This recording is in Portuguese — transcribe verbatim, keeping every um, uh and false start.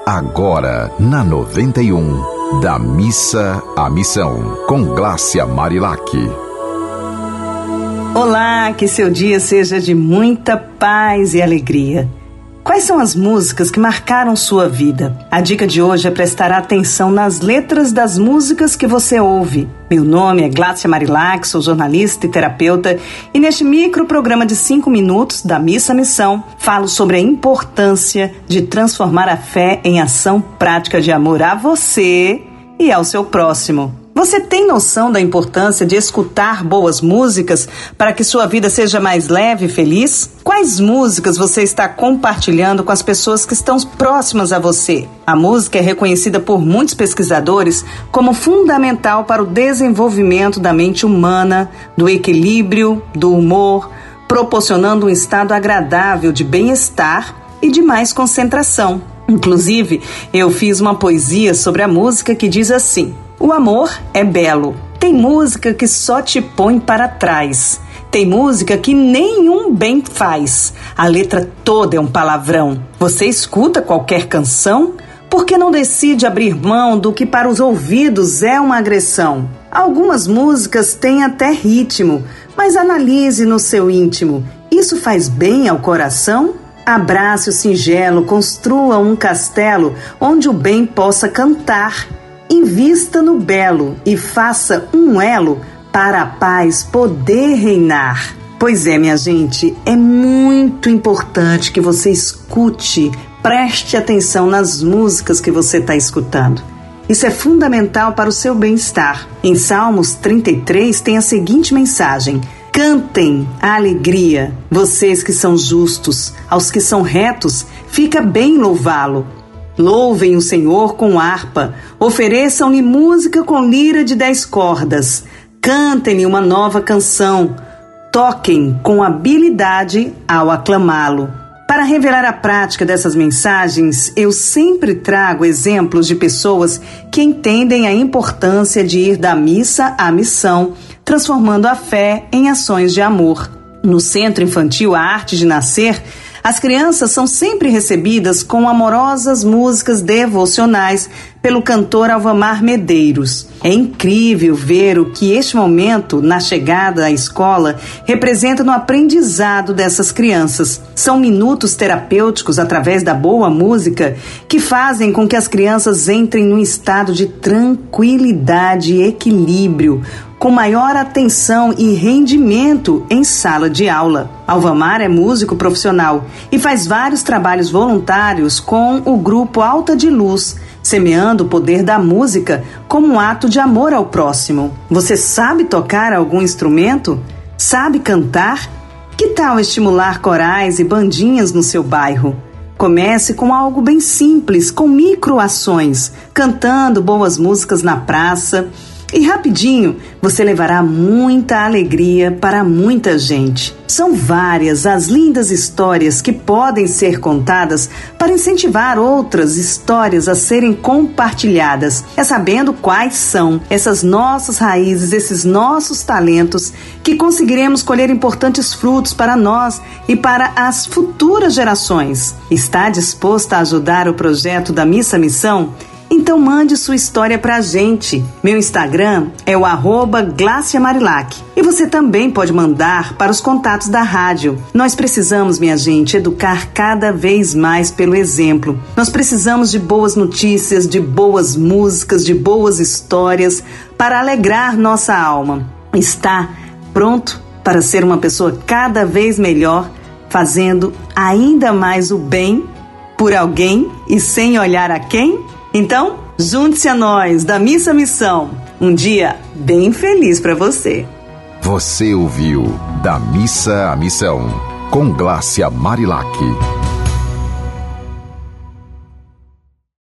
agora na noventa e um, da Missa à Missão, com Glácia Marilac. Olá, que seu dia seja de muita paz e alegria. Quais são as músicas que marcaram sua vida? A dica de hoje é prestar atenção nas letras das músicas que você ouve. Meu nome é Glácia Marilac, sou jornalista e terapeuta, e neste micro programa de cinco minutos da Missa à Missão, falo sobre a importância de transformar a fé em ação prática de amor a você e ao seu próximo. Você tem noção da importância de escutar boas músicas para que sua vida seja mais leve e feliz? Quais músicas você está compartilhando com as pessoas que estão próximas a você? A música é reconhecida por muitos pesquisadores como fundamental para o desenvolvimento da mente humana, do equilíbrio, do humor, proporcionando um estado agradável de bem-estar e de mais concentração. Inclusive, eu fiz uma poesia sobre a música que diz assim: o amor é belo. Tem música que só te põe para trás. Tem música que nenhum bem faz. A letra toda é um palavrão. Você escuta qualquer canção? Por que não decide abrir mão do que para os ouvidos é uma agressão? Algumas músicas têm até ritmo, mas analise no seu íntimo. Isso faz bem ao coração? Abrace o singelo, construa um castelo onde o bem possa cantar. Invista no belo e faça um elo para a paz poder reinar. Pois é, minha gente, é muito importante que você escute, preste atenção nas músicas que você está escutando. Isso é fundamental para o seu bem-estar. Em Salmos trinta e três tem a seguinte mensagem: cantem a alegria, vocês que são justos, aos que são retos, fica bem louvá-lo. Louvem o Senhor com harpa, ofereçam-lhe música com lira de dez cordas, cantem-lhe uma nova canção, toquem com habilidade ao aclamá-lo. Para revelar a prática dessas mensagens, eu sempre trago exemplos de pessoas que entendem a importância de ir da missa à missão, transformando a fé em ações de amor. No Centro Infantil A Arte de Nascer, as crianças são sempre recebidas com amorosas músicas devocionais pelo cantor Alvamar Medeiros. É incrível ver o que este momento, na chegada à escola, representa no aprendizado dessas crianças. São minutos terapêuticos através da boa música que fazem com que as crianças entrem num estado de tranquilidade e equilíbrio, com maior atenção e rendimento em sala de aula. Alvamar é músico profissional e faz vários trabalhos voluntários com o grupo Alta de Luz, semeando o poder da música como um ato de amor ao próximo. Você sabe tocar algum instrumento? Sabe cantar? Que tal estimular corais e bandinhas no seu bairro? Comece com algo bem simples, com microações, cantando boas músicas na praça. E rapidinho, você levará muita alegria para muita gente. São várias as lindas histórias que podem ser contadas para incentivar outras histórias a serem compartilhadas. É sabendo quais são essas nossas raízes, esses nossos talentos, que conseguiremos colher importantes frutos para nós e para as futuras gerações. Está disposta a ajudar o projeto da Missa à Missão? Então mande sua história pra gente. Meu Instagram é o arroba Glácia Marilac. E você também pode mandar para os contatos da rádio. Nós precisamos, minha gente, educar cada vez mais pelo exemplo. Nós precisamos de boas notícias, de boas músicas, de boas histórias para alegrar nossa alma. Está pronto para ser uma pessoa cada vez melhor, fazendo ainda mais o bem por alguém e sem olhar a quem? Então, junte-se a nós da Missa à Missão. Um dia bem feliz para você. Você ouviu Da Missa à Missão, com Glácia Marilac.